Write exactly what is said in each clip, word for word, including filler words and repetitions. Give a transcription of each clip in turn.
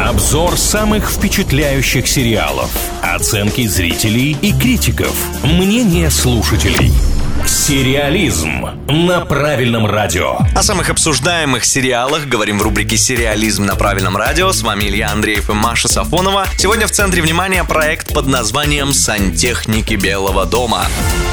Обзор самых впечатляющих сериалов. Оценки зрителей и критиков. Мнение слушателей. Сериализм на правильном радио. О самых обсуждаемых сериалах говорим в рубрике «Сериализм на правильном радио». С вами Илья Андреев и Маша Сафонова. Сегодня в центре внимания проект под названием «Сантехники Белого дома».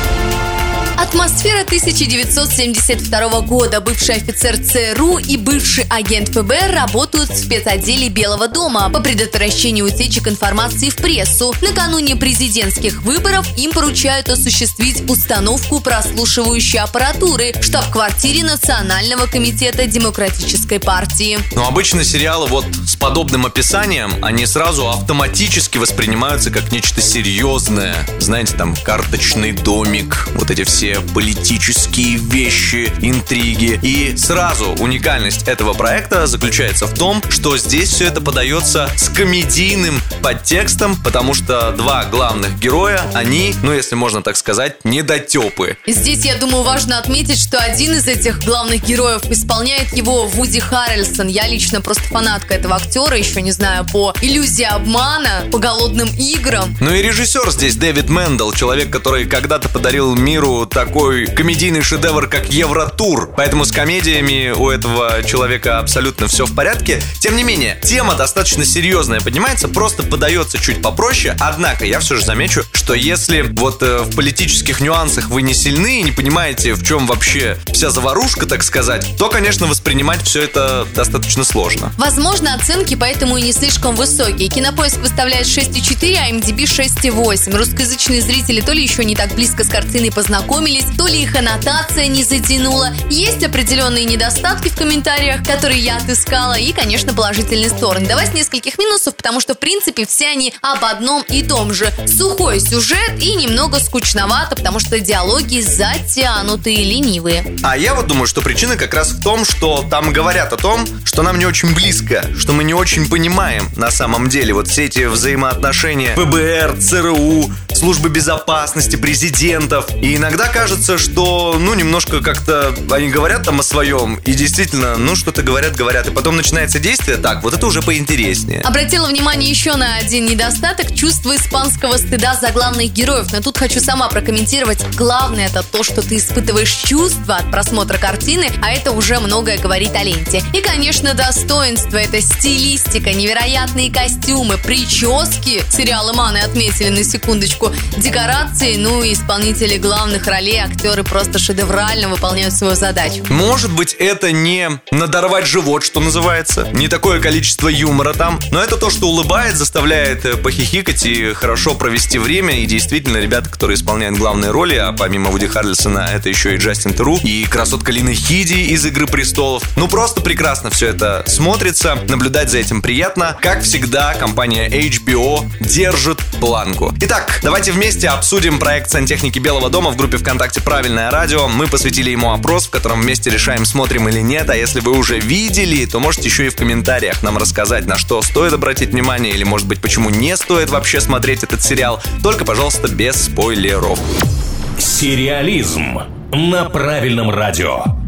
Атмосфера тысяча девятьсот семьдесят второго года. Бывший офицер ЦРУ и бывший агент ФБР работают в спецотделе Белого дома по предотвращению утечек информации в прессу. Накануне президентских выборов им поручают осуществить установку прослушивающей аппаратуры в штаб-квартире Национального комитета Демократической партии. Но обычно сериалы вот с подобным описанием, они сразу автоматически воспринимаются как нечто серьезное. Знаете, там «Карточный домик», вот эти все политические вещи, интриги. И сразу уникальность этого проекта заключается в том, что здесь все это подается с комедийным подтекстом, потому что два главных героя, они, ну если можно так сказать, недотепы. Здесь, я думаю, важно отметить, что один из этих главных героев исполняет его Вуди Харрельсон. Я лично просто фанатка этого актера, еще не знаю, по «Иллюзии обмана», по «Голодным играм». Ну и режиссер здесь Дэвид Мэндл, человек, который когда-то подарил миру такой комедийный шедевр, как «Евротур». Поэтому с комедиями у этого человека абсолютно все в порядке. Тем не менее, тема достаточно серьезная поднимается, просто подается чуть попроще. Однако я все же замечу, что если вот э, в политических нюансах вы не сильны и не понимаете, в чем вообще вся заварушка, так сказать, то, конечно, воспринимать все это достаточно сложно. Возможно, оценки поэтому и не слишком высокие. Кинопоиск выставляет шесть и четыре, а эм ди би шесть и восемь. Русскоязычные зрители то ли еще не так близко с картиной познакомились, то ли их аннотация не затянула. Есть определенные недостатки в комментариях, которые я отыскала, и, конечно, положительные стороны. Давай с нескольких минусов, потому что, в принципе, все они об одном и том же. Сухой сюжет и немного скучновато, потому что диалоги затянутые, ленивые. А я вот думаю, что причина как раз в том, что там говорят о том, что нам не очень близко, что мы не очень понимаем на самом деле вот все эти взаимоотношения ФБР, ЦРУ, службы безопасности, президентов. И иногда кажется, что, ну, немножко как-то они говорят там о своем, и действительно, ну, что-то говорят, говорят, и потом начинается действие, так, вот это уже поинтереснее. Обратила внимание еще на один недостаток — чувство испанского стыда за главных героев. Но тут хочу сама прокомментировать. Главное — это то, что ты испытываешь чувства от просмотра картины, а это уже многое говорит о ленте. И, конечно, достоинство — это стилистика, невероятные костюмы, прически. Сериалы Маны отметили на секундочку. Декорации, ну и исполнители главных ролей, актеры просто шедеврально выполняют свою задачу. Может быть, это не надорвать живот, что называется, не такое количество юмора там, но это то, что улыбает, заставляет похихикать и хорошо провести время. И действительно, ребята, которые исполняют главные роли, а помимо Вуди Харрельсона, это еще и Джастин Теру и красотка Лина Хиди из «Игры престолов». Ну, просто прекрасно все это смотрится, наблюдать за этим приятно. Как всегда, компания эйч би о держит планку. Итак, давайте вместе обсудим проект «Сантехники Белого дома» в группе ВКонтакте «Правильное радио». Мы посвятили ему опрос, в котором вместе решаем, смотрим или нет. А если вы уже видели, то можете еще и в комментариях нам рассказать, на что стоит обратить внимание, или, может быть, почему не стоит вообще смотреть этот сериал. Только, пожалуйста, без спойлеров. Сериализм на правильном радио.